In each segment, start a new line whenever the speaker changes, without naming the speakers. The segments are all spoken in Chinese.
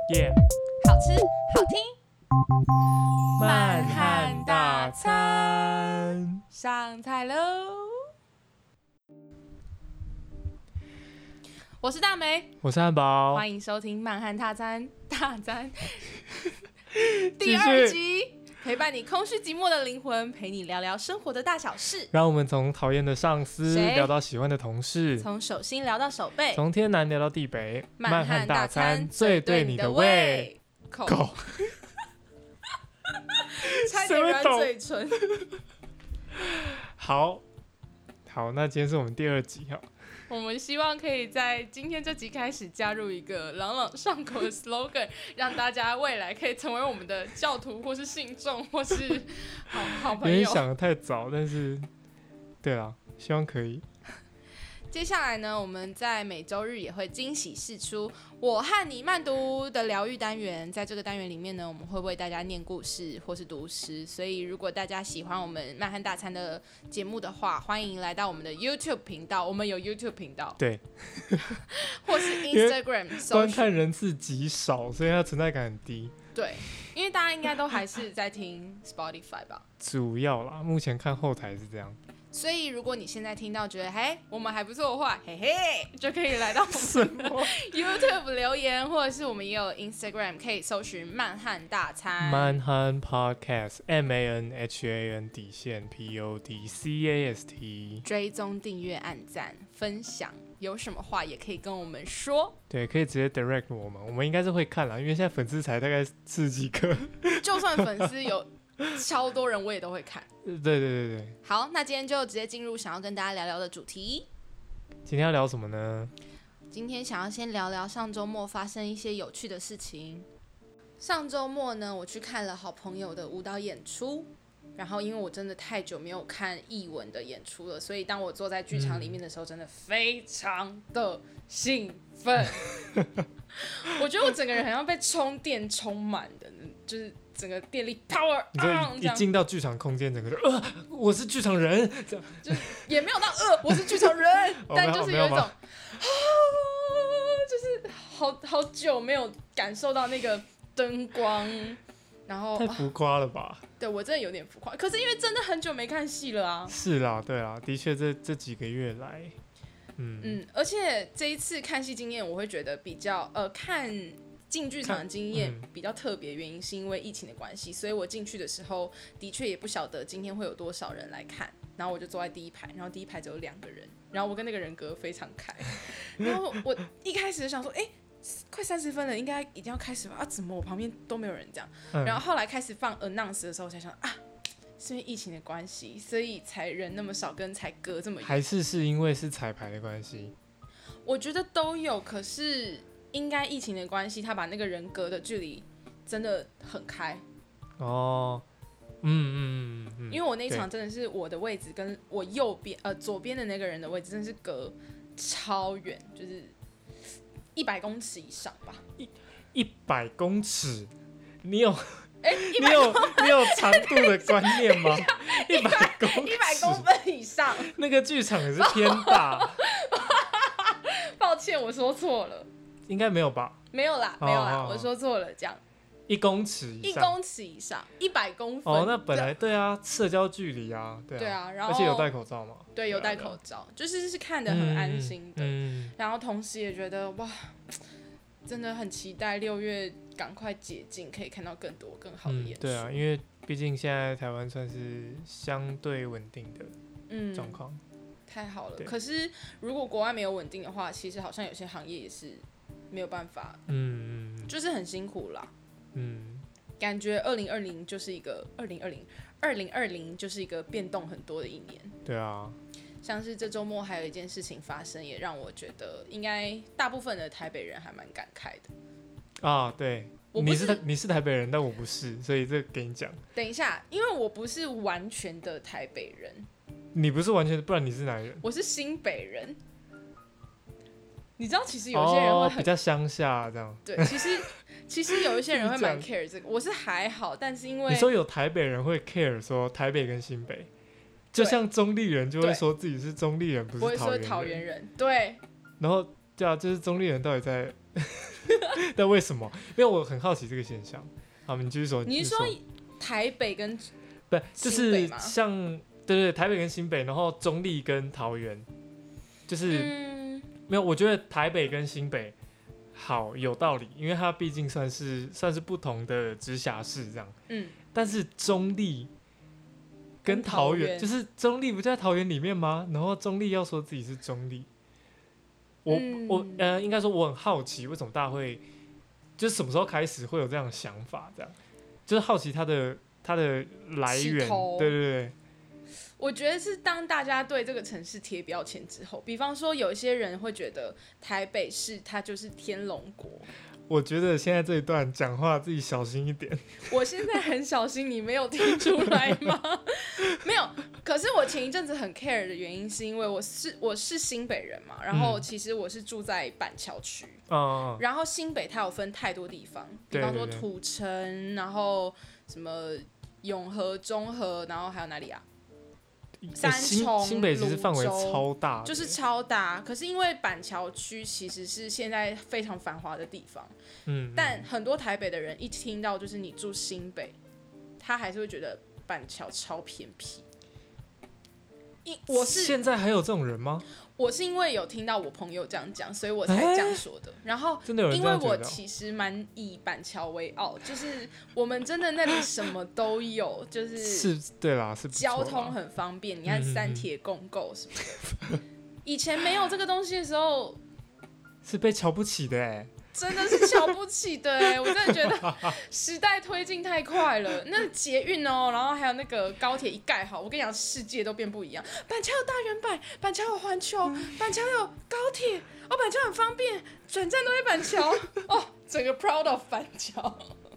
耶、
好吃好听，
慢汉大餐
上菜喽！我是大梅，
我是汉堡，
欢迎收听慢汉大餐大餐第
继续
2集，陪伴你空虚寂寞的灵魂，陪你聊聊生活的大小事，
让我们从讨厌的上司
谁
聊到喜欢的同事，
从手心聊到手背，
从天南聊到地北，
慢汉大餐最对你的胃口。差点软嘴唇。
好，那今天是我们第2集哈。
我们希望可以在今天这集开始加入一个朗朗上口的 slogan， 让大家未来可以成为我们的教徒，或是信众，或是好朋友。
有点想得太早，但是对啦，希望可以。
接下来呢，我们在每周日也会惊喜释出我和你慢读的疗愈单元。在这个单元里面呢，我们会为大家念故事或是读诗，所以如果大家喜欢我们慢汉大餐的节目的话，欢迎来到我们的 YouTube 频道，我们有 YouTube 频道，
对，
或是 Instagram
观看人次极少，所以它存在感很低。
对，因为大家应该都还是在听 Spotify 吧，
主要啦，目前看后台是这样。
所以如果你现在听到觉得嘿我们还不错的话，嘿嘿，就可以来到我们的 YouTube 留言，或者是我们也有 Instagram 可以搜寻慢汉大餐，
慢汉 Podcast MANHAN PODCAST，
追踪订阅按赞分享，有什么话也可以跟我们说。
对，可以直接 direct 我们应该是会看啦，因为现在粉丝才大概40几个，
就算粉丝有超多人，我也都会看。
对。
好，那今天就直接进入想要跟大家聊聊的主题。
今天要聊什么呢？
今天想要先聊聊上周末发生一些有趣的事情。上周末呢，我去看了好朋友的舞蹈演出，然后因为我真的太久没有看艺文的演出了，所以当我坐在剧场里面的时候，真的非常的兴奋。我觉得我整个人好像被充电充满的，就是整个电力 power
你说一进到剧场空间，整个就我是剧场人，这样
就也没有到我是剧场人，但就是有一种就是好久没有感受到那个灯光，然后
太浮夸了吧？
对，我真的有点浮夸，可是因为真的很久没看戏了啊。
是啦，对啦，的确这几个月来，
而且这一次看戏经验，我会觉得比较看进剧场的经验比较特别，原因是因为疫情的关系，所以我进去的时候的确也不晓得今天会有多少人来看，然后我就坐在第一排，然后第一排只有2个人，然后我跟那个人隔非常开，然后我一开始就想说，快30分了，应该已经要开始吧？怎么我旁边都没有人这样？然后后来开始放 announce 的时候，我才想是因为疫情的关系，所以才人那么少，跟才隔这么远，
还是因为是彩排的关系？
我觉得都有，可是应该疫情的关系，他把那个人隔的距离真的很开。
哦，
因为我那一场真的是我的位置跟我左边的那个人的位置真的是隔超远，就是100公尺以上吧。
100公尺，你有长度的观念吗？100
公分以上，
那个剧场也是偏大。
抱歉，我说错了。
应该没有吧？
没有啦，我说错了，这样。
1公尺以上，
1公尺以上，100公分。
那本来对啊，社交距离啊，对啊，
然后
而且有戴口罩嘛。
对，有戴口罩，就是看得很安心的。然后同时也觉得哇，真的很期待6月赶快解禁，可以看到更多更好的演出。
对啊，因为毕竟现在台湾算是相对稳定的状况。
太好了。可是如果国外没有稳定的话，其实好像有些行业也是没有办法，就是很辛苦啦。感觉2020就是一个2020就是一个变动很多的一年。
对啊，
像是这周末还有一件事情发生，也让我觉得应该大部分的台北人还蛮感慨的。
对，你是台北人，但我不是，所以这给你讲。
等一下，因为我不是完全的台北人。
你不是完全，不然你是哪里人？
我是新北人。你知道，其实有些人会
比较乡下这样。
对，其实有一些人会蛮 care 这个，我是还好，但是因为
你说有台北人会 care 说台北跟新北，就像中立人就会说自己是中立人，不是
桃园人。对。
然后对啊，就是中立人到底在但为什么？因为我很好奇这个现象。好，你继续说。
你是说台北跟
不就是
新北吗
像对台北跟新北，然后中立跟桃园，就是、没有。我觉得台北跟新北好有道理，因为它毕竟算是不同的直辖市这样。但是中立跟桃园，就是中立不就在桃园里面吗？然后中立要说自己是中立，应该说我很好奇，为什么大家会，就是什么时候开始会有这样的想法？这样，就是好奇它的来源。对对对。
我觉得是当大家对这个城市贴标签之后，比方说有一些人会觉得台北市它就是天龙国。
我觉得现在这一段讲话自己小心一点。
我现在很小心，你没有听出来吗？没有。可是我前一阵子很 care 的原因是因为我是新北人嘛，然后其实我是住在板桥区。然后新北它有分太多地方，比方说土城，然后什么永和、中和，然后还有哪里啊？三重、
新北其实范围超大，
就是超大。可是因为板桥区其实是现在非常繁华的地方，但很多台北的人一听到就是你住新北，他还是会觉得板桥超偏僻。
现在还有这种人吗？
我是因为有听到我朋友这样讲，所以我才这样说的。然后，
真的有人这样觉得？
因为我其实蛮以板桥为傲，就是我们真的那里什么都有，就是
对啦，是
交通很方便。你看三铁共构什么的，以前没有这个东西的时候，
是被瞧不起的哎。
真的是瞧不起的我真的觉得时代推进太快了。那捷运然后还有那个高铁一盖好，我跟你讲，世界都变不一样。板桥有大圆柏，板桥有环球，板桥有高铁，板桥很方便，转站都在板桥整个 proud of 板桥。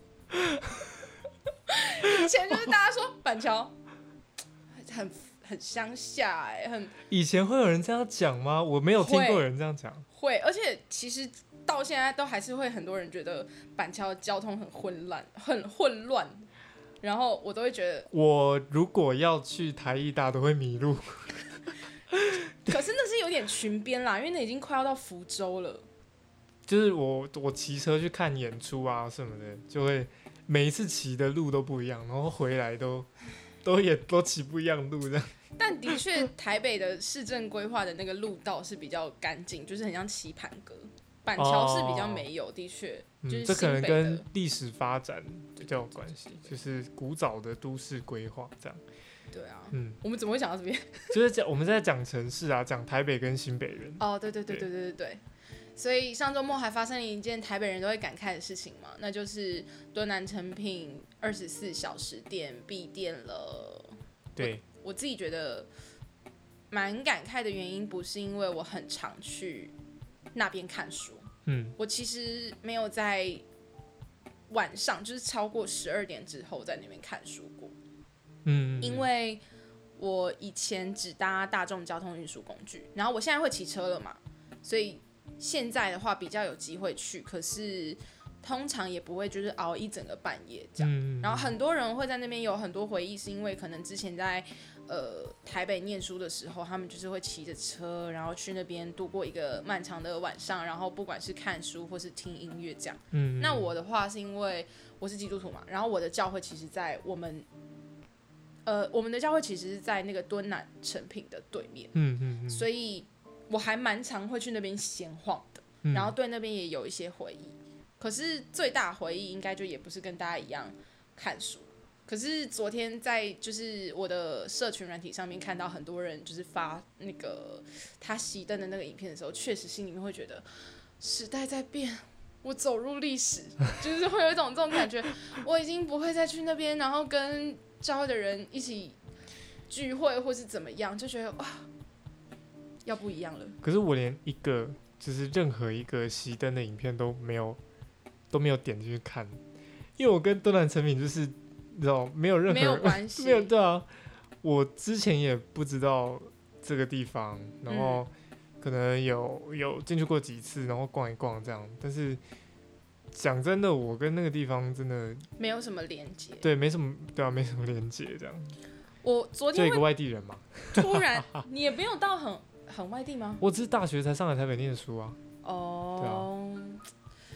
以前就是大家说板桥很乡下
以前会有人这样讲吗？我没有听过有人这样讲。
会，而且其实到现在都还是会很多人觉得板桥的交通很混乱，然后我都会觉得，
我如果要去台艺大都会迷路。
可是那是有点群编啦，因为那已经快要到福州了。
就是我骑车去看演出啊什么的，就会每一次骑的路都不一样，然后回来都骑不一样的路这样。
但的确，台北的市政规划的那个路道是比较干净，就是很像棋盘格。板桥是比较没有，的确，就是
这可能跟历史发展比较有关系，就是古早的都市规划这样。
对啊，我们怎么会讲到这边？
就是我们在讲城市啊，讲台北跟新北人。
对。所以上周末还发生了一件台北人都会感慨的事情嘛，那就是敦南诚品24小时店闭店了。
对，
我自己觉得蛮感慨的原因，不是因为我很常去那边看书，我其实没有在晚上就是超过12点之后在那边看书过，因为我以前只搭大众交通运输工具，然后我现在会骑车了嘛，所以现在的话比较有机会去，可是通常也不会就是熬一整个半夜这样，然后很多人会在那边有很多回忆，是因为可能之前在台北念书的时候，他们就是会骑着车，然后去那边度过一个漫长的晚上，然后不管是看书或是听音乐这样。那我的话是因为我是基督徒嘛，然后我的教会其实在我们的教会其实是在那个敦南诚品的对面，所以我还蛮常会去那边闲晃的，然后对那边也有一些回忆。可是最大的回忆应该就也不是跟大家一样看书。可是昨天在就是我的社群软体上面看到很多人就是发那个他熄灯的那个影片的时候，确实心里面会觉得时代在变，我走入历史，就是会有一种这种感觉，我已经不会再去那边，然后跟教会的人一起聚会或是怎么样，就觉得哇，要不一样了。
可是我连一个就是任何一个熄灯的影片都没有点进去看，因为我跟敦南诚品就是你知道没有任何
没有关系，
没有对啊，我之前也不知道这个地方，然后可能有进去过几次，然后逛一逛这样，但是讲真的，我跟那个地方真的
没有什么连接，
对，没什么对啊，没什么连接这样。
我昨天
就一个外地人嘛，
突然你也没有到很外地吗？
我只是大学才上来台北念书啊。
哦，
对啊，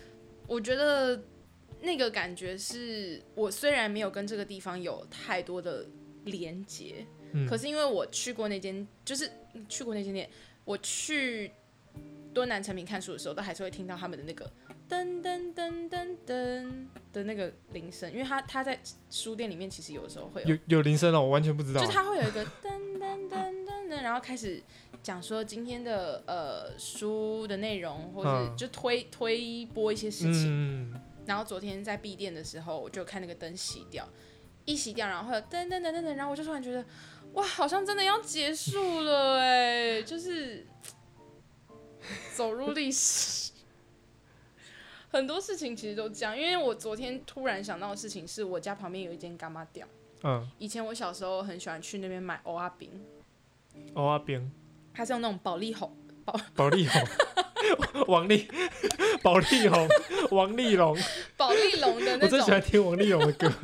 我觉得那个感觉是我虽然没有跟这个地方有太多的连结，可是因为我去过那间，就是去过那间店，我去敦南成品看书的时候，都还是会听到他们的那个噔噔噔噔噔的那个铃声，因为他在书店里面其实有的时候会
有铃声哦，我完全不知道。
就是他会有一个噔噔噔噔噔，然后开始讲说今天的书的内容，或者就推播一些事情。然后昨天在闭店的时候，我就看那个灯熄掉，一熄掉，然后会有噔噔噔噔噔，然后我就突然觉得，哇，好像真的要结束了哎，就是走入历史。很多事情其实都这样，因为我昨天突然想到的事情是我家旁边有一间干妈店。以前我小时候很喜欢去那边买蚵仔冰。
蚵仔冰，
它是用那种保利红，
保利红，保利红，王力宏，
保利龙的那种。
我最喜欢听王力宏的歌。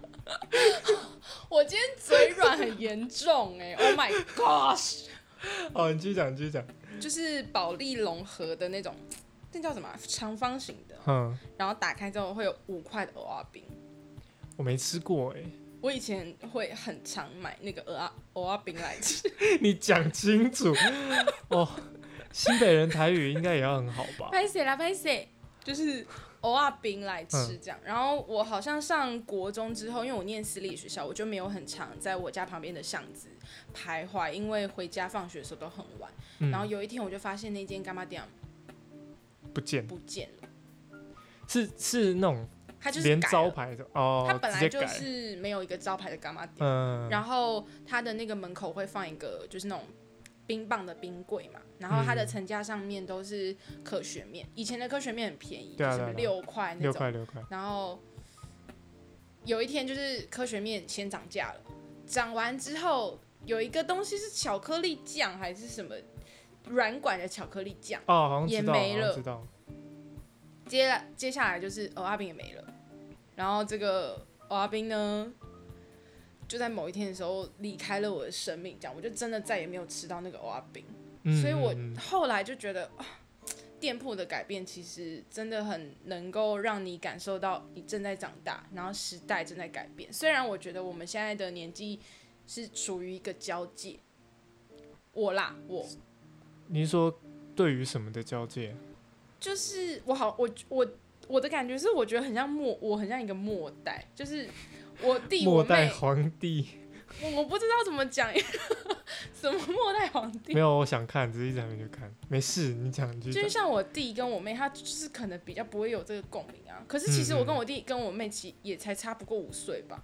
我今天嘴软很严重哎 ，Oh my gosh！
你继续讲，继续讲。
就是保利龙盒的那种，那叫什么长方形的，然后打开之后会有5块的蚵仔冰。
我没吃过哎。
我以前会很常买那个蚵仔冰来吃。
你讲清楚哦，新北人台语应该也要很好吧？
拍谁啦，拍谁？就是蚵仔冰来吃这样。然后我好像上国中之后，因为我念私立学校，我就没有很常在我家旁边的巷子徘徊，因为回家放学的时候都很晚。然后有一天我就发现那间干妈店不见了。
是那种。
它就是
连招牌的
它本来就是没有一个招牌的干妈店，然后它的那个门口会放一个就是那种冰棒的冰柜嘛，然后它的层架上面都是科学面，以前的科学面很便宜，什么6块那种
，6块。然
后有一天就是科学面先涨价了，涨完之后有一个东西是巧克力酱还是什么软管的巧克力酱，
好像
也没了，
知道。
接下来就是蚵仔冰也没了，然后这个蚵仔冰呢，就在某一天的时候离开了我的生命，这样我就真的再也没有吃到那个蚵仔冰。所以我后来就觉得，店铺的改变其实真的很能够让你感受到你正在长大，然后时代正在改变。虽然我觉得我们现在的年纪是处于一个交界，我。
你是说对于什么的交界？
就是我的感觉是，我觉得很像我很像一个末代，就是我弟我妹
末代皇帝。
我不知道怎么讲，什么末代皇帝？
没有，我想看，只是一直还没去看。没事，你讲。
就是像我弟跟我妹，他就是可能比较不会有这个共鸣啊。可是其实我跟我弟跟我妹其实也才差不过5岁吧。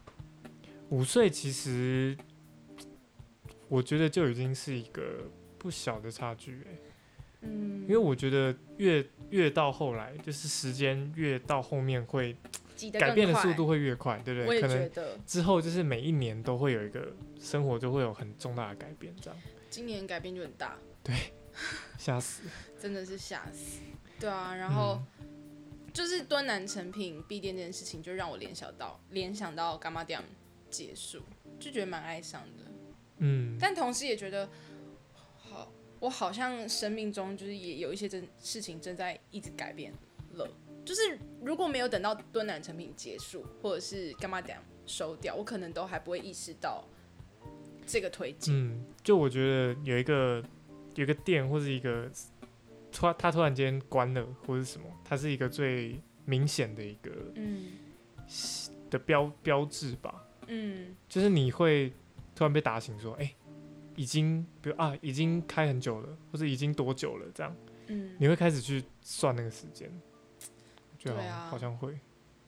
5岁其实我觉得就已经是一个不小的差距因为我觉得越到后来，就是时间越到后面会改变的速度会越快，对不对？
我也觉得。
可能之后就是每一年都会有一个生活就会有很重大的改变，这样。
今年改变就很大。
对，吓死。
真的是吓死。对啊，然后就是敦南成品闭店这件事情，就让我联想到干妈店结束，就觉得蛮哀伤的。但同时也觉得我好像生命中就是也有一些事情正在一直改变了，就是如果没有等到敦南成品结束，或者是干嘛店收掉，我可能都还不会意识到这个推进。
就我觉得有一个店或是一个它突然间关了或是什么，它是一个最明显的一个的标志吧。就是你会突然被打醒说，已经已经开很久了，或者已经多久了这样，你会开始去算那个时间，我觉得好像会，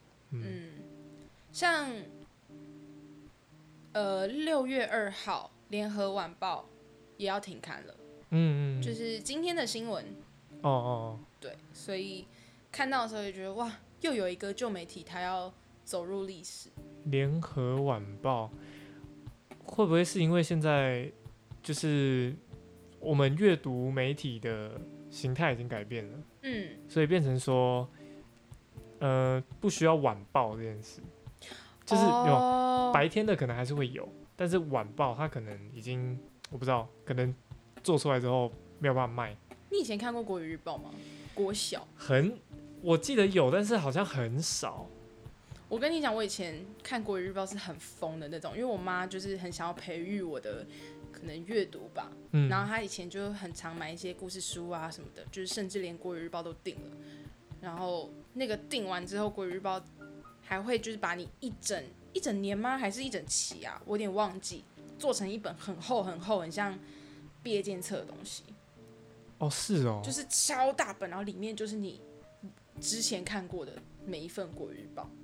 像6月2号联合晚报也要停刊了，就是今天的新闻，对，所以看到的时候也觉得哇，又有一个旧媒体它要走入历史。
联合晚报会不会是因为现在就是我们阅读媒体的形态已经改变了，所以变成说，不需要晚报这件事，就是有白天的可能还是会有，但是晚报它可能已经我不知道，可能做出来之后没有办法卖。
你以前看过国语日报吗？国小
我记得有，但是好像很少。
我跟你讲，我以前看国语日报是很疯的那种，因为我妈就是很想要培育我的可能阅读吧，然后她以前就很常买一些故事书啊什么的，就是甚至连国语日报都订了。然后那个订完之后，国语日报还会就是把你一整年吗？还是一整期啊？我有点忘记，做成一本很厚很厚，很像毕业检测的东西。
哦，是哦，
就是超大本，然后里面就是你之前看过的每一份国语日报。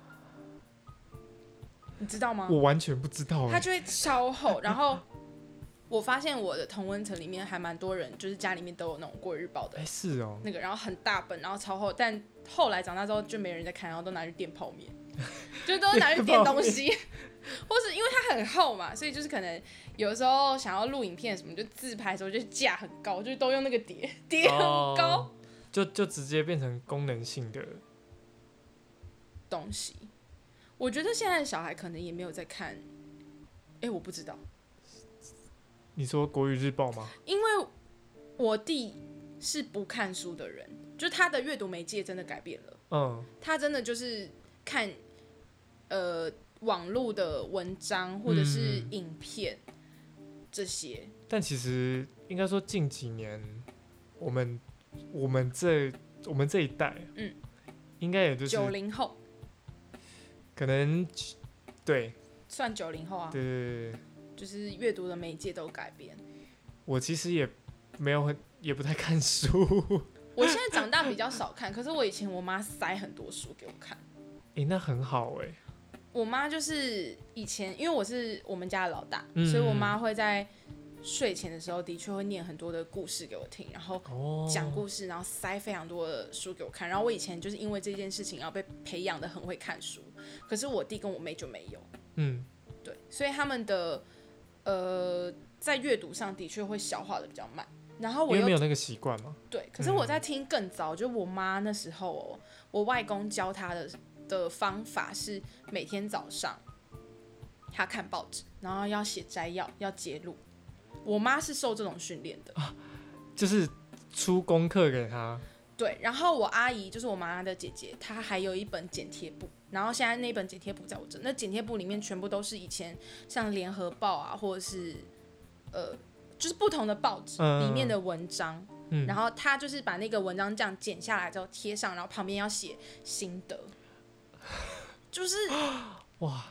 你知道吗？
我完全不知道。
它就会超厚，然后我发现我的同温层里面还蛮多人，就是家里面都有那种国语日报的，
是哦，
那个然后很大本，然后超厚，但后来长大之后就没人在看，然后都拿去垫泡面，就都拿去垫东西，或是因为它很厚嘛，所以就是可能有时候想要录影片什么，就自拍的时候就架很高，就都用那个叠很高，
就直接变成功能性的
东西。我觉得现在的小孩可能也没有在看，我不知道。
你说国语日报吗？
因为我弟是不看书的人，就他的阅读媒介真的改变了。他真的就是看网络的文章或者是影片这些。
但其实应该说近几年，我们这一代，应该也就是
90后。
可能对，
算90后啊。
对，
就是阅读的媒介都改变。
我其实也没有也不太看书。
我现在长大比较少看，可是我以前我妈塞很多书给我看。
那很好
我妈就是以前，因为我是我们家的老大，所以我妈会在睡前的时候的确会念很多的故事给我听，然后讲故事，然后塞非常多的书给我看。然后我以前就是因为这件事情，然后被培养的很会看书。可是我弟跟我妹就没有，对，所以他们的在阅读上的确会消化的比较慢。然后我又
因为没有那个习惯嘛。
对，可是我在听更早，就我妈那时候我外公教她的方法是每天早上她看报纸，然后要写摘要，要揭露。我妈是受这种训练的，
就是出功课给她。
对，然后我阿姨就是我妈的姐姐，她还有一本剪贴簿，然后现在那本剪贴簿在我这，那剪贴簿里面全部都是以前像联合报啊，或者是就是不同的报纸里面的文章，然后她就是把那个文章这样剪下来之后贴上，然后旁边要写心得，就是
哇，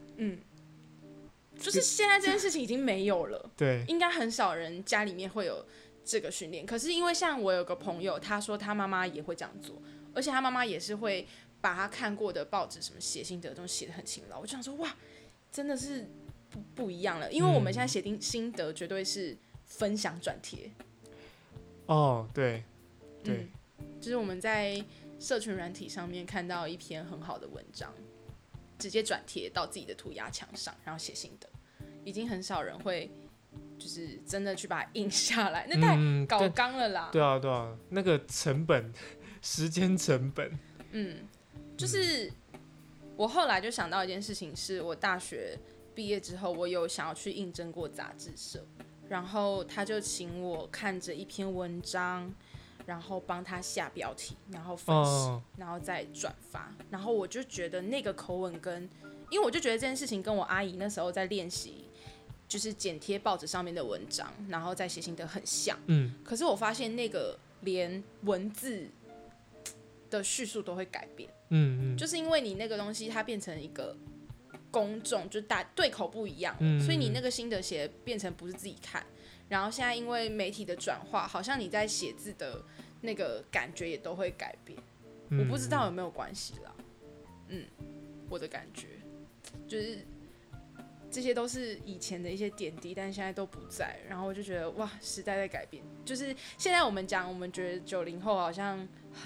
就是现在这件事情已经没有了，
对，
应该很少人家里面会有这个训练。可是因为像我有个朋友，他说他妈妈也会这样做，而且他妈妈也是会把他看过的报纸什么写心得都写得很勤劳。我就想说，哇，真的是不一样了，因为我们现在写心得绝对是分享转贴。
对，
就是我们在社群软体上面看到一篇很好的文章，直接转贴到自己的涂鸦墙上，然后写心得，已经很少人会就是真的去把它印下来，那太搞纲了啦。
对啊，那个成本，时间成本。
就是我后来就想到一件事情，是我大学毕业之后，我有想要去应征过杂志社，然后他就请我看着一篇文章，然后帮他下标题，然后分析，然后再转发。然后我就觉得那个口吻因为我就觉得这件事情跟我阿姨那时候在练习，就是剪贴报纸上面的文章，然后再写心得很像。可是我发现那个连文字的叙述都会改变。就是因为你那个东西它变成一个公众，就对口不一样，所以你那个心得写变成不是自己看。然后现在因为媒体的转化，好像你在写字的那个感觉也都会改变。我不知道有没有关系啦。我的感觉就是这些都是以前的一些点滴，但现在都不在。然后我就觉得哇，时代在改变。就是现在我们讲，我们觉得90后好像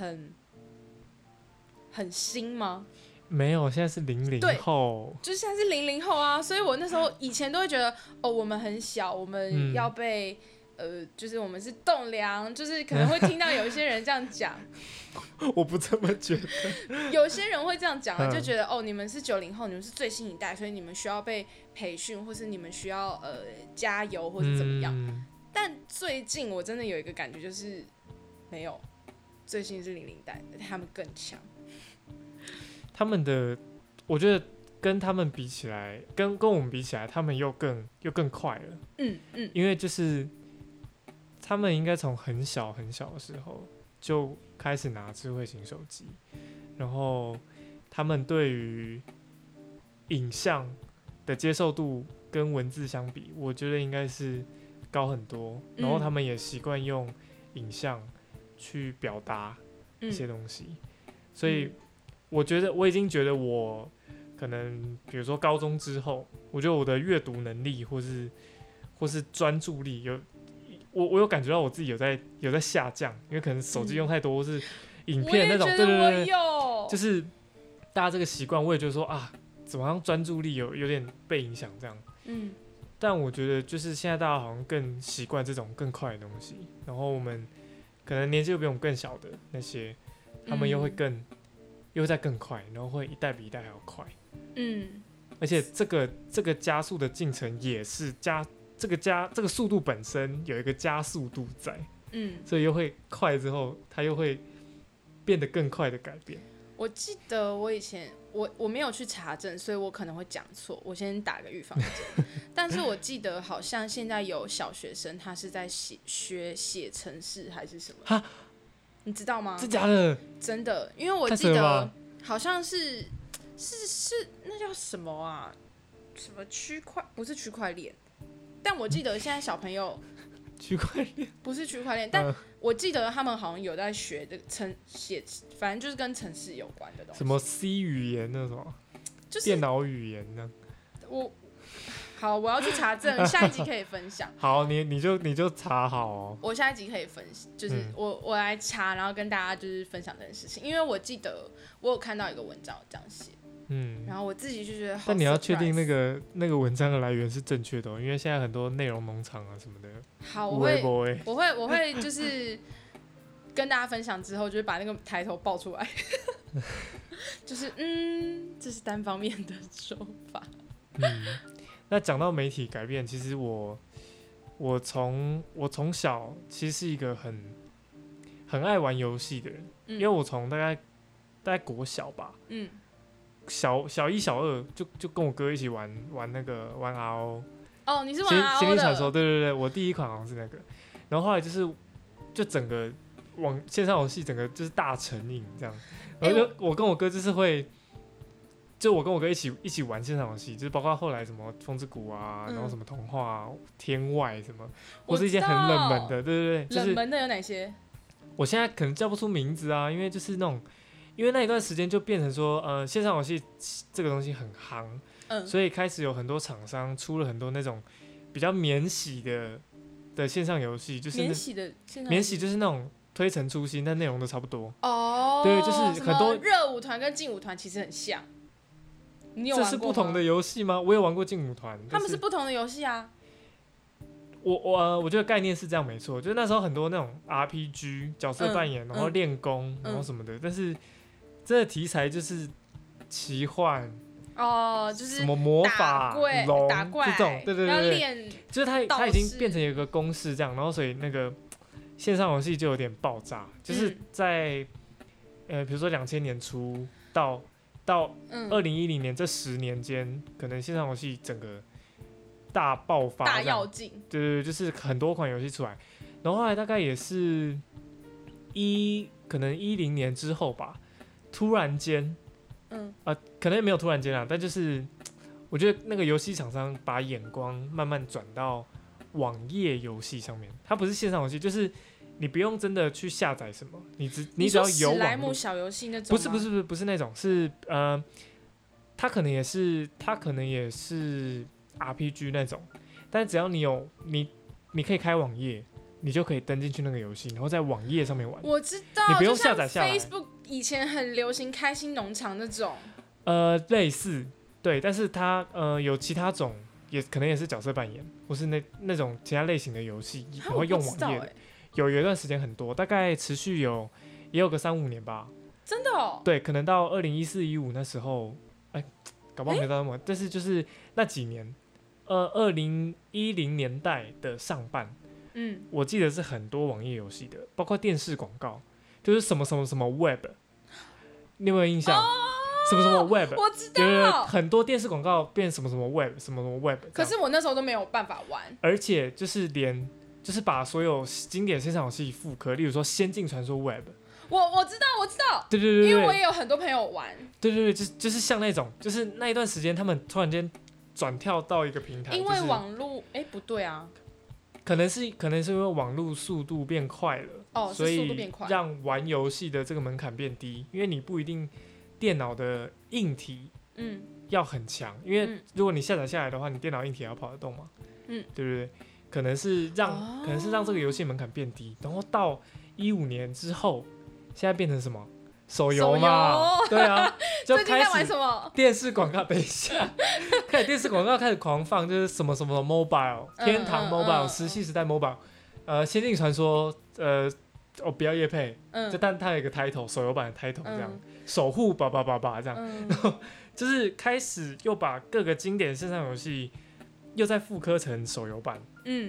很新吗？
没有，现在是00后，
就是现在是00后啊。所以我那时候以前都会觉得，我们很小，我们要被就是我们是栋梁，就是可能会听到有一些人这样讲。
我不这么觉得。
有些人会这样讲就觉得你们是90后，你们是最新一代，所以你们需要被培训，或是你们需要加油，或是怎么样。但最近我真的有一个感觉，就是没有， 最新是00代的，他们更强。
他们的，我觉得跟他们比起来，跟我们比起来，他们又更快了。因为就是他们应该从很小很小的时候就开始拿智慧型手机，然后他们对于影像的接受度跟文字相比，我觉得应该是高很多。然后他们也习惯用影像去表达一些东西，所以我已经觉得我可能比如说高中之后，我觉得我的阅读能力或是专注力我有感觉到我自己有在下降，因为可能手机用太多，或是影片那种，对，就是大家这个习惯，我也觉得说啊，怎么样专注力有点被影响这样。但我觉得就是现在大家好像更习惯这种更快的东西，然后我们可能年纪又比我们更小的那些，他们又会再更快，然后会一代比一代还要快。而且这个加速的进程也是这个速度本身有一个加速度在，所以又会快之后，它又会变得更快的改变。
我记得我以前我没有去查证，所以我可能会讲错，我先打个预防针。但是我记得好像现在有小学生他是在学写程式还是什么，你知道吗？
真假的？
真的，因为我记得好像是那叫什么啊？什么不是区块链，但我记得现在小朋友
区块链
不是区块链，但我记得他们好像有在学这个写，反正就是跟程式有关的东西。
什么 C 语言那种，
就是
电脑语言呢？
好，我要去查证，下一集可以分享。
好，你就查好哦。
我下一集可以分享，就是我来查，然后跟大家就是分享这件事情，因为我记得我有看到一个文章这样写。然后我自己就觉得好 surprise。
但你要确定那个文章的来源是正确的因为现在很多内容农场啊什么的。
好，我会就是跟大家分享之后，就是把那个抬头爆出来，就是这是单方面的说法。
那讲到媒体改变，其实我从小其实是一个很爱玩游戏的人，因为我从大概国小吧，小一小二就跟我哥一起玩那个玩 RO。
哦，你是玩 RO 的？
仙境传说，对，我第一款好像是那个，然后后来就整个线上游戏整个就是大成瘾这样，然后我跟我哥就是会。就我跟我哥一起玩线上游戏，就是包括后来什么风之谷啊，然后什么童话啊、天外什么，或是一些很冷门的，对，就是
冷门的有哪些？
我现在可能叫不出名字啊，因为就是因为那一段时间就变成说，线上游戏这个东西很夯，所以开始有很多厂商出了很多那种比较免洗的线上游戏，就是
免洗的线上
免洗就是那种推陈出新，但内容都差不多。
对，
就是很多
热舞团跟劲舞团其实很像。你有玩过吗？
这是不同的游戏吗？我有玩过劲舞团，
他们是不同的游戏啊。
我觉得概念是这样没错，就是那时候很多那种 RPG 角色扮演，然后练功，然后什么的，但是这个题材就是奇幻
就是
什么魔法龙
打怪
这种，对，
要练，
就是它已经变成一个公式这样，然后所以那个线上游戏就有点爆炸，就是在比如说2000年初到2010年这10年间，可能线上游戏整个大爆发，
大跃进，
对，就是很多款游戏出来，然后后来大概也是可能10年之后吧，突然间，可能也没有突然间啦，但就是我觉得那个游戏厂商把眼光慢慢转到网页游戏上面，它不是线上游戏，就是你不用真的去下载什么，你只要有网络。史莱
姆小游戏那种吗？
不是那种，是它可能也是 RPG 那种，但只要你可以开网页，你就可以登进去那个游戏，然后在网页上面玩。
我知道，
你不用下载下来。
Facebook 以前很流行开心农场那种。
类似，对，但是它有其他种，也可能也是角色扮演，或是那种其他类型的游戏，然后用网页的。有一段时间很多，大概持续也有个3-5年吧。
真的哦？
对，可能到2014-15那时候，搞不好没到那么，但是就是那几年，2010年代的上半，我记得是很多网页游戏的，包括电视广告， 就是什么什么什么 web， 你有没有印象？什么什么 web，
我知道，
很多电视广告变什么什么 web， 什么什么 web。
可是我那时候都没有办法玩，
而且就是就是把所有经典线上游戏复刻，例如说《仙境传说 web》。
我知道，
对，因
为我也有很多朋友玩。
对，就是像那种，就是那一段时间他们突然间转跳到一个平台，
因为网络，不对啊。
可能是因为网络速度变快了，所以让玩游戏的这个门槛变低，因为你不一定电脑的硬体要很强，因为如果你下载下来的话，你电脑硬体也要跑得动嘛，对不对？可能是让这个游戏门槛变低，然后到15年之后，现在变成什么？手游嘛，对啊，就开始电视广告。等一下，开始电视广告开始狂放，就是什么什么 mobile， 天堂 mobile， 石器时代 mobile，仙境传说，不要业配，但它有一个 title， 手游版的 title 这样，守护吧这样，然后就是开始又把各个经典线上游戏又再复刻成手游版，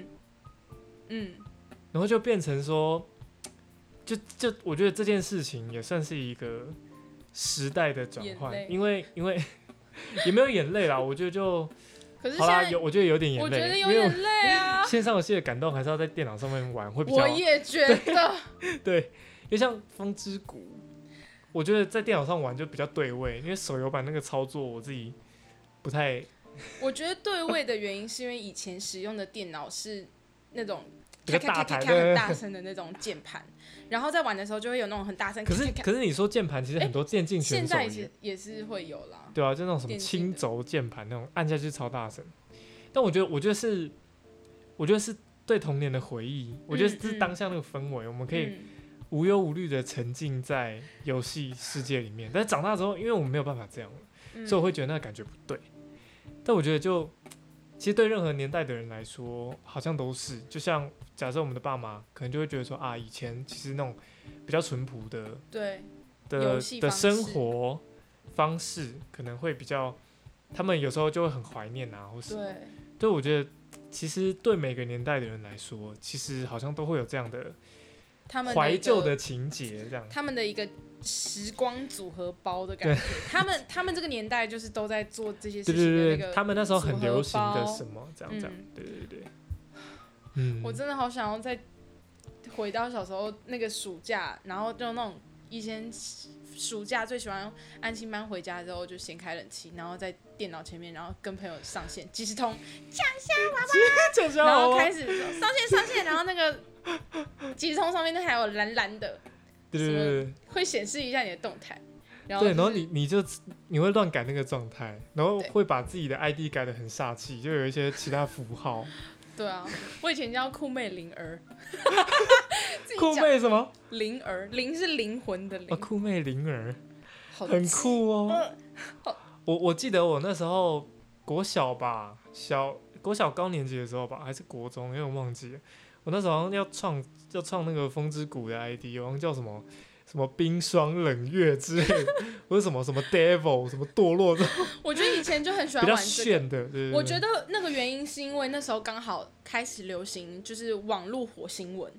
然后就变成说。就我觉得这件事情也算是一个时代的转换，因为也没有眼泪啦，我觉得就
可是
好啦，我觉得有点眼泪，
我觉得有点累啊。
线上游戏的感动还是要在电脑上面玩会比较。
我也觉得，
对，因为像《风之谷》，我觉得在电脑上玩就比较对位，因为手游版那个操作我自己不太。
我觉得对位的原因是因为以前使用的电脑是那种。
比较大台
很大声的那种键盘，然后在玩的时候就会有那种很大声。可
是你说键盘，其实很多电竞选手
现在也是会有啦。
对啊，就那种什么轻轴键盘那种，按下去超大声。但我觉得是对童年的回忆，我觉得是当下那个氛围，我们可以无忧无虑的沉浸在游戏世界里面。但是长大之后，因为我们没有办法这样了，所以我会觉得那个感觉不对。但我觉得其实对任何年代的人来说，好像都是，就像假设我们的爸妈可能就会觉得说啊，以前其实那种比较淳朴的生活方式，可能会比较，他们有时候就会很怀念啊，或是对，我觉得其实对每个年代的人来说，其实好像都会有这样的怀旧的情节，这样
他们的一个时光组合包的感觉。他们这个年代就是都在做这些事情的那个，
他们那时候很流行的什么这样，对。
我真的好想要再回到小时候那个暑假，然后就那种以前暑假最喜欢安心班回家之后就先开冷气，然后在电脑前面，然后跟朋友上线即时通，抢虾娃娃，然后开始上线，然后那个即时通上面还有蓝蓝的，
对，
会显示一下你的动态。
然后你会乱改那个状态，然后会把自己的 ID 改得很煞气，就有一些其他符号。
对啊，我以前叫酷妹灵儿。
酷妹什么？
灵儿，灵是灵魂的灵。
酷妹灵儿，很酷哦。我记得我那时候国小吧，国小高年级的时候吧，还是国中，因为我忘记了。我那时候好像要创那个风之谷的 ID， 好像叫什么冰霜冷月之类的，或者什么 devil 什么堕落这种。
我觉得以前就很喜欢玩
比较炫的，对。
我觉得那个原因是因为那时候刚好开始流行，就是网络火星文。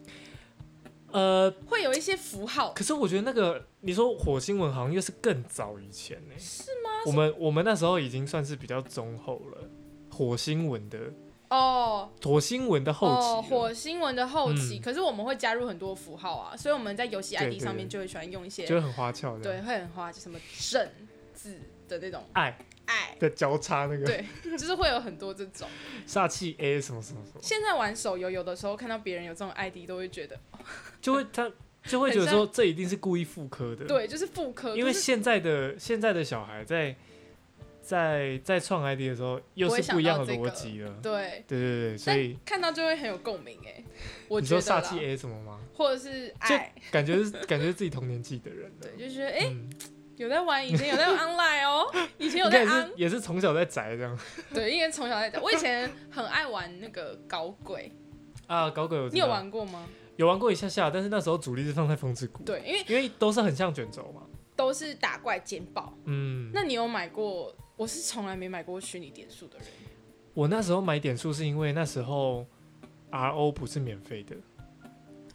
会有一些符号。
可是我觉得那个你说火星文好像又是更早以前呢。
是吗？
我们那时候已经算是比较中后了，火星文的。火星文的后期。
火星文的后期，可是我们会加入很多符号啊，所以我们在游戏 ID 上面就会喜欢用一些，
就会很花俏的，
对，会很花，就什么正字的那种
爱的交叉那个，
对，就是会有很多这种
煞气 A 什么。
现在玩手游，有的时候看到別人有这种 ID， 都会觉得，
就会觉得说这一定是故意复刻的，
对，就是复刻，
因为现在的小孩在创 ID 的时候，又是不一样的逻辑了。对，所以
看到就会很有共鸣哎。
你说煞气 A 什么吗？
或者是爱，
感觉是自己同年纪的人。
对，就觉得有在玩，以前有在 online 哦，以前有在 on，
也是从小在宅这样。
对，因为从小在宅。我以前很爱玩那个搞鬼
啊，搞鬼我知道。
你有玩过吗？
有玩过一下，但是那时候主力是放在风之谷。
对，因为
都是很像卷轴嘛，
都是打怪捡宝。那你有买过？我是从来没买过虚拟点数的人。
我那时候买点数是因为那时候 RO 不是免费的。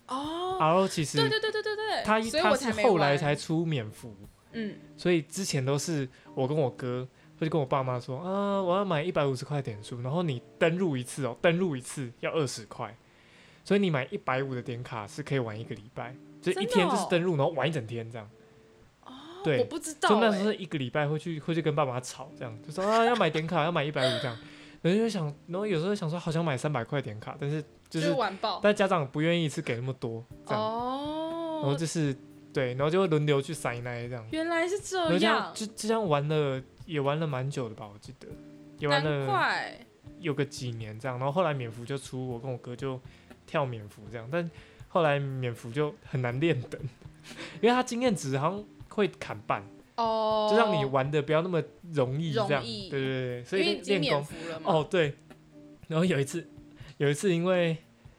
哦
，RO 其实
对，
它是后来才出免服，所以之前都是我跟我哥会跟我爸妈说啊，我要买150块点数，然后你登录一次要20块，所以你买150的点卡是可以玩1个礼拜，就一天就是登录，然后玩一整天这样。对，
我不知道，
就那时候1个礼拜会去跟爸妈吵，这样就说啊要买点卡，要买150这样，然后有时候想说好想买300块点卡，但是就是
玩爆，
但家长不愿意一次给那么多，这样，然后就是对，然后就会轮流去塞奶这样。
原来是这样，
就这样玩了蛮久的吧，我记得也玩了有个几年这样，然后后来免服就出，我跟我哥就跳免服这样，但后来免服就很难练等，因为它经验值好像会砍半，就让你玩的不要那么容易这样，对，所以练功对，然后有一次因为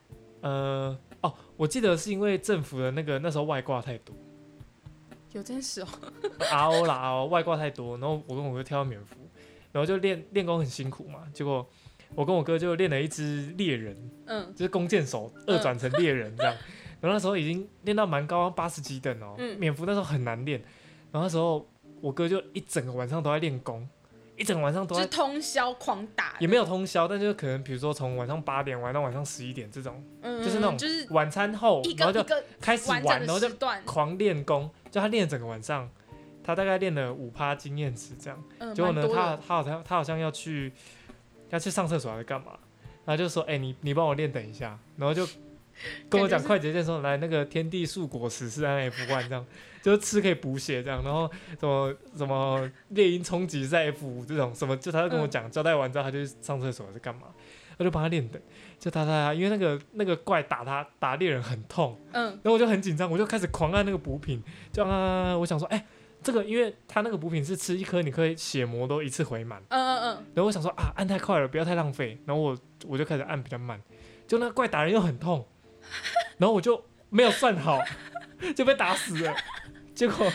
我记得是因为政府的那时候外挂太多，
有这件事哦
，RO 啦外挂太多，然后我跟我哥跳到免服，然后就练功很辛苦嘛，结果我跟我哥就练了一只猎人，就是弓箭手2转成猎人这样。然后那时候已经练到蛮高，80几等哦，免服那时候很难练。然后那时候我哥就一整个晚上都在练功，一整个晚上都在，
就是通宵狂打，
也没有通宵，但就是可能比如说从晚上8点玩到晚上11点这种，就是那种就是晚餐后，然后就开始玩，然后就狂练功，就他练了整个晚上，他大概练了5%经验值这样。结果呢，他好像要去上厕所还是干嘛，然后就说你帮我练等一下，然后就跟我讲快捷键说来那个天地树果实是 F1 这样，就是吃可以补血这样，然后什么猎鹰冲击在 F5 这种什么，就他就跟我讲，交代完之后他就上厕所还是干嘛，我就帮他练等，就他，因为那个怪打猎人很痛，然后我就很紧张，我就开始狂按那个补品，就我想说这个因为他那个补品是吃1颗，你可以血魔都一次回满，然后我想说按太快了，不要太浪费，然后我就开始按比较慢，就那个怪打人又很痛。然后我就没有算好，就被打死了。结果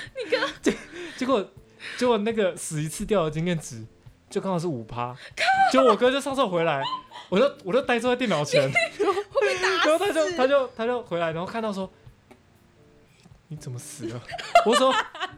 那个死一次掉的经验值，就刚好是5%。结果我哥就上厕所回来，我就呆坐在电脑前，然后他就回来，然后看到说你怎么死了？我说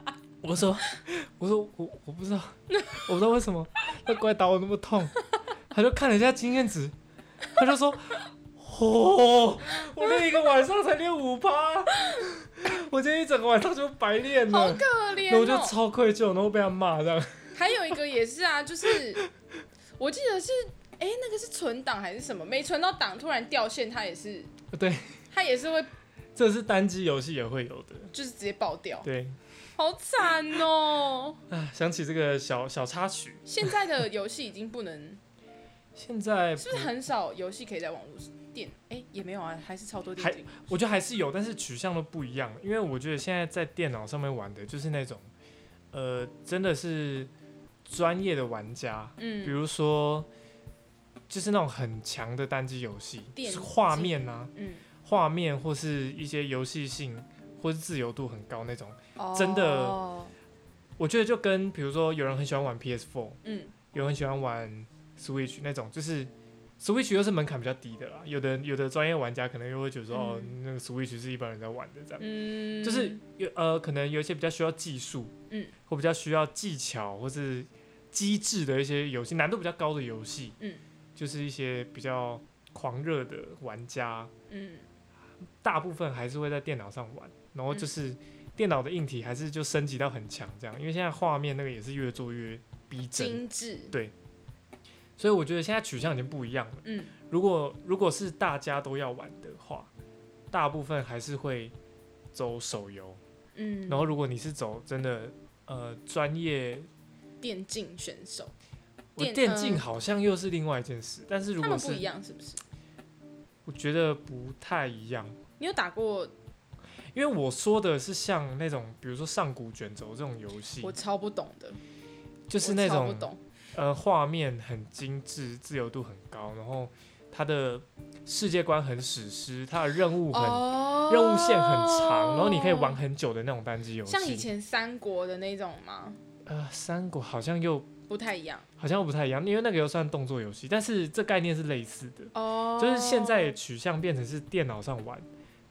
我不知道，我不知道为什么那怪打我那么痛。他就看了一下经验值，他就说。我练一个晚上才练5%，我今天一整个晚上就白练了，
好可怜
然后我就超愧疚，然后被他骂这样。
还有一个也是啊，就是我记得是那个是存档还是什么，没存到档突然掉线，它也是
对，
它也是会，
这是单机游戏也会有的，
就是直接爆掉，
对，
好惨哦。
想起这个小插曲，
现在的游戏已经不能，
现在
是不是很少游戏可以在网络上？也没有啊，还是超多电竞。
我觉得还是有，但是取向都不一样。因为我觉得现在在电脑上面玩的，就是那种，真的是专业的玩家，比如说，就是那种很强的单机游戏，画面啊，画面或是一些游戏性或是自由度很高那种，真的，我觉得就跟比如说有人很喜欢玩 PS4，有人很喜欢玩 Switch 那种，就是。Switch 又是门槛比较低的啦，有的专业玩家可能又会觉得说，那个 Switch 是一般人在玩的这样，就是可能有一些比较需要技术，或比较需要技巧或是机制的一些游戏，难度比较高的游戏，就是一些比较狂热的玩家，大部分还是会在电脑上玩，然后就是电脑的硬体还是就升级到很强这样，因为现在画面那个也是越做越逼真，
精致，
对。所以我觉得现在取向已经不一样了。如果是大家都要玩的话，大部分还是会走手游。然后如果你是走真的专业
电竞选手，
电竞好像又是另外一件事。但是如果是
他们不一样，是不是？
我觉得不太一样。
你有打过？
因为我说的是像那种，比如说上古卷轴这种游戏，
我超不懂的。
就是那种。画面很精致，自由度很高，然后它的世界观很史诗，它的任务线很长，然后你可以玩很久的那种单机游戏。
像以前三国的那种吗？
三国好像又
不太一样，
因为那个又算动作游戏，但是这概念是类似的。就是现在取向变成是电脑上玩，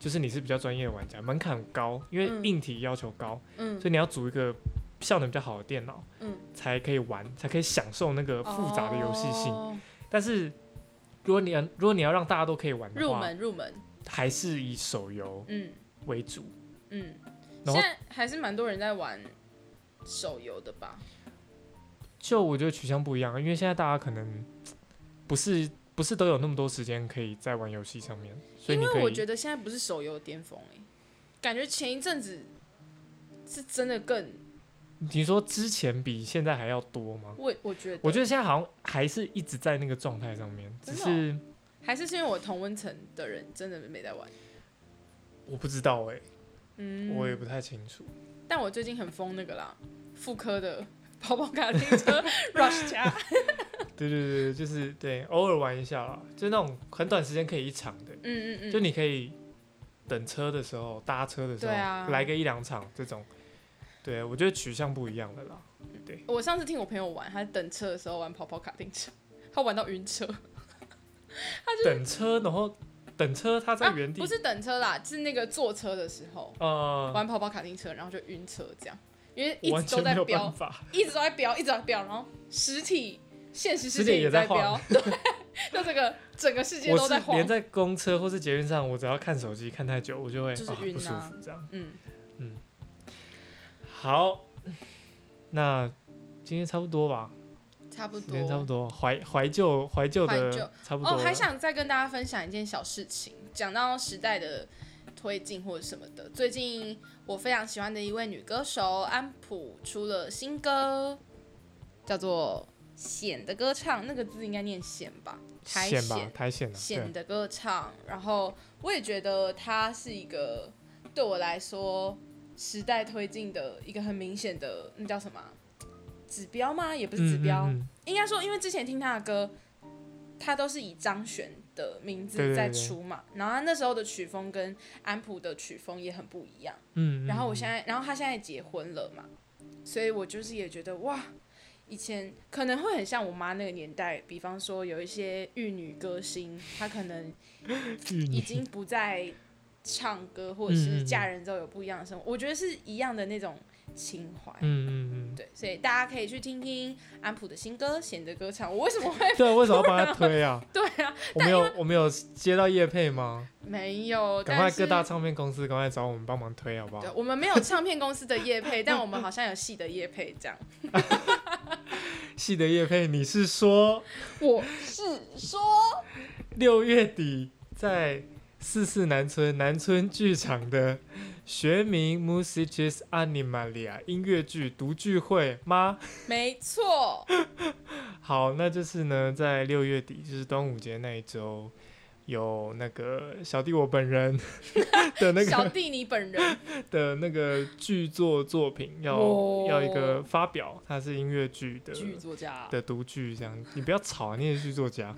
就是你是比较专业的玩家，门槛高，因为硬体要求高，所以你要组一个效能比较好的电脑，才可以玩，才可以享受那个复杂的游戏性。但是如果你要让大家都可以玩的话，
入门
还是以手游为主。
现在还是蛮多人在玩手游的吧？
就我觉得取向不一样，因为现在大家可能不是都有那么多时间可以在玩游戏上面，所以你可以。
因为我觉得现在不是手游巅峰感觉前一阵子是真的更。
你说之前比现在还要多吗？
我觉得
现在好像还是一直在那个状态上面，只是
还是因为我同温层的人真的没在玩。
我不知道我也不太清楚。
但我最近很疯那个啦，复刻的跑跑卡丁车 Rush 家。
对，就是对，偶尔玩一下啦，就是那种很短时间可以一场的，就你可以等车的时候、搭车的时候，来个1-2场这种。对，我觉得取向不一样了啦。对，
我上次听我朋友玩，他等车的时候玩跑跑卡丁车，他玩到晕车。
等车，然后等车他在原地，
不是等车啦，是那个坐车的时候，玩跑跑卡丁车，然后就晕车这样，因为一直都在飙，一直都在飙，然后现实世界也在飙，对，就整个世界都在晃。
我是连在公车或是捷运上，我只要看手机看太久，我就会
就是晕
不舒服这样。好，那今天差不多吧。
差不多，
时间差不多，怀旧的差不多。
还想再跟大家分享一件小事情，讲到时代的推进或者什么的。最近我非常喜欢的一位女歌手安普出了新歌，叫做《显的歌唱》，那个字应该念显吧？台显显的歌唱。然后我也觉得它是一个对我来说时代推进的一个很明显的，那叫什么指标吗？也不是指标，应该说，因为之前听他的歌，他都是以张悬的名字在出嘛，然后他那时候的曲风跟安普的曲风也很不一样，然后他现在结婚了嘛，所以我就是也觉得哇，以前可能会很像我妈那个年代，比方说有一些玉女歌星，她可能已经不再唱歌，或者是嫁人之后有不一样的生活，我觉得是一样的那种情怀。对，所以大家可以去听听安普的新歌《显得歌唱》。我为什么会
对，为什么要帮他推啊？
对啊，
我们有接到业配吗？
没有，
赶快各大唱片公司赶快找我们帮忙推好不好？
对，我们没有唱片公司的业配，但我们好像有戏的业配这样。
戏的业配，你是说？
我是说
6月底在44南村剧场的学名 Musicis Animalia 音乐剧读剧会吗？
没错。
好，那就是呢，在6月底，就是端午节那一周，有那个小弟我本人的那个
小弟你本人
的那个剧作品要一个发表，他是音乐剧的
剧作家
的读剧，这样你不要吵，你也是剧作家。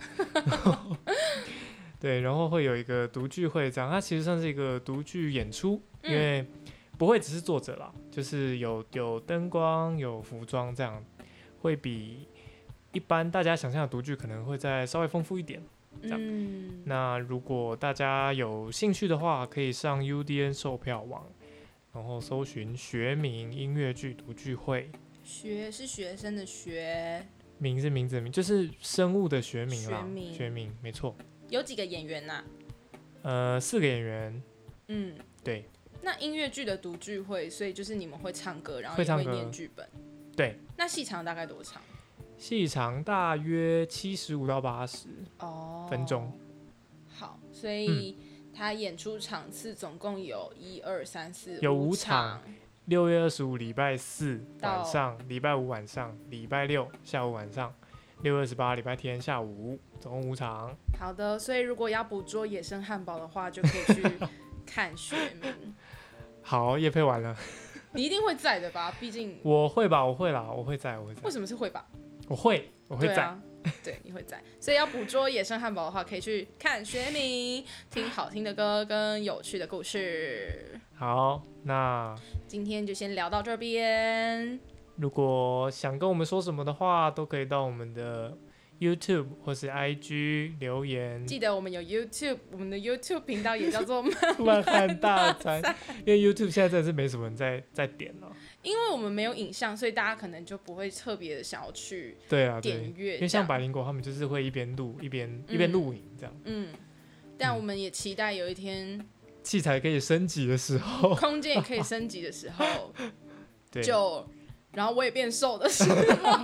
对，然后会有一个读剧会，这样它其实算是一个读剧演出，因为不会只是作者啦，就是有灯光、有服装，这样会比一般大家想象的读剧可能会再稍微丰富一点。这样，那如果大家有兴趣的话，可以上 UDN 售票网，然后搜寻学名音乐剧读剧会。学
是学生的学，
名是名字的名，就是生物的学名啦。学名没错。
有几个演员
4个演员。对。
那音乐剧的读剧会，所以就是你们会唱歌，然后也会念剧本。
对。
那戏长大概多长？
戏长大约75到80分钟。
好，所以他演出场次总共有1、2、3、4，
有5场。6月25礼拜4晚上，礼拜5晚上，礼拜6下午晚上，6月28礼拜天下午，总共5场。
好的，所以如果要捕捉野生汉堡的话，就可以去看学名。
好，业配完了。
你一定会在的吧？毕竟
我会吧，我会啦，我会在。
为什么是会吧？
我会在。
对，你会在，所以要捕捉野生汉堡的话，可以去看学名，听好听的歌跟有趣的故事。
好，那
今天就先聊到这边。
如果想跟我们说什么的话，都可以到我们的 YouTube 或是 IG 留言。
记得我们有 YouTube， 我们的 YouTube 频道也叫做
慢汉大餐，因为 YouTube 现在真的是没什么人在点了。
因为我们没有影像，所以大家可能就不会特别的想要去点阅。
因为像百灵果他们就是会一边录一边录影这样。
但我们也期待有一天
器材可以升级的时候，
空间也可以升级的时候，然后我也变瘦的时候，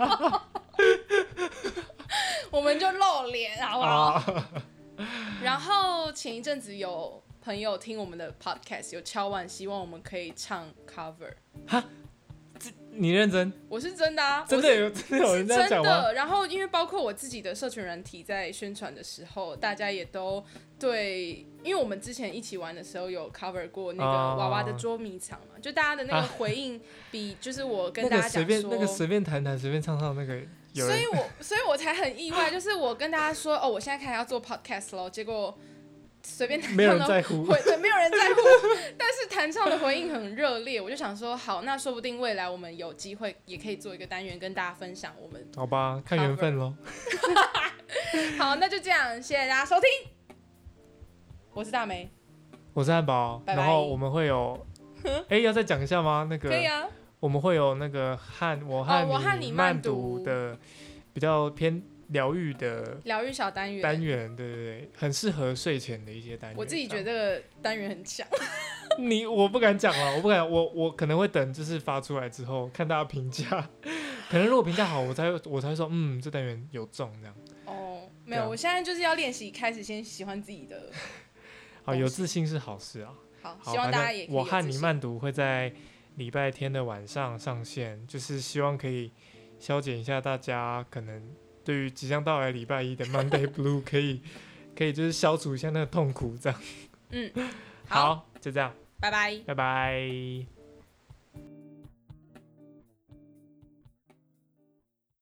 我们就露脸，好不好？然后前一阵子有朋友听我们的 podcast， 有敲碗希望我们可以唱 cover。
哈，你认真？
我是真的啊，
真的有人这样讲吗？
真的。然后因为包括我自己的社群软体在宣传的时候，大家也都对，因为我们之前一起玩的时候有 cover 过那个娃娃的捉迷藏嘛，就大家的那个回应比就是我跟大家讲说
那个随便弹随便唱那个。
所以我才很意外，就是我跟大家说哦，我现在开始要做 podcast 咯，结果随便弹唱
没有人在乎，
对，没有人在乎，但是弹唱的回应很热烈，我就想说好，那说不定未来我们有机会也可以做一个单元跟大家分享我们。
好吧，看缘分咯。
好，那就这样，谢谢大家收听，我是大梅，
我是汉堡，
拜拜。
然后我们会有，要再讲一下吗？那个
可以啊。
我们会有那个我和你慢读的比较偏疗愈小单元，对，很适合睡前的一些单元。
我自己觉得这个单元很强。
我不敢讲了，我可能会等就是发出来之后看大家评价，可能如果评价好，我才会说这单元有中这样。
没有，我现在就是要练习开始先喜欢自己的。
好，有自信是好事啊。
好，希望大家也可以有自信。
我和你慢读会在礼拜天的晚上上线，就是希望可以消减一下大家可能对于即将到来礼拜一的 Monday Blue 可以就是消除一下那个痛苦这样。
好，
就这样，
拜拜。
拜拜。